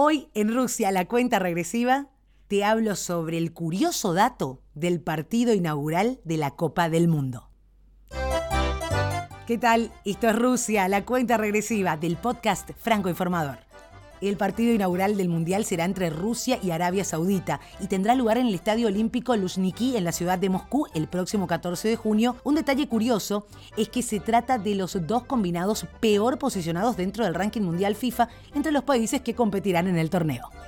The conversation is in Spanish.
Hoy en Rusia, la cuenta regresiva, te hablo sobre el curioso dato del partido inaugural de la Copa del Mundo. ¿Qué tal? Esto es Rusia, la cuenta regresiva del podcast Franco Informador. El partido inaugural del Mundial será entre Rusia y Arabia Saudita y tendrá lugar en el Estadio Olímpico Luzhniki en la ciudad de Moscú el próximo 14 de junio. Un detalle curioso es que se trata de los dos combinados peor posicionados dentro del ranking mundial FIFA entre los países que competirán en el torneo.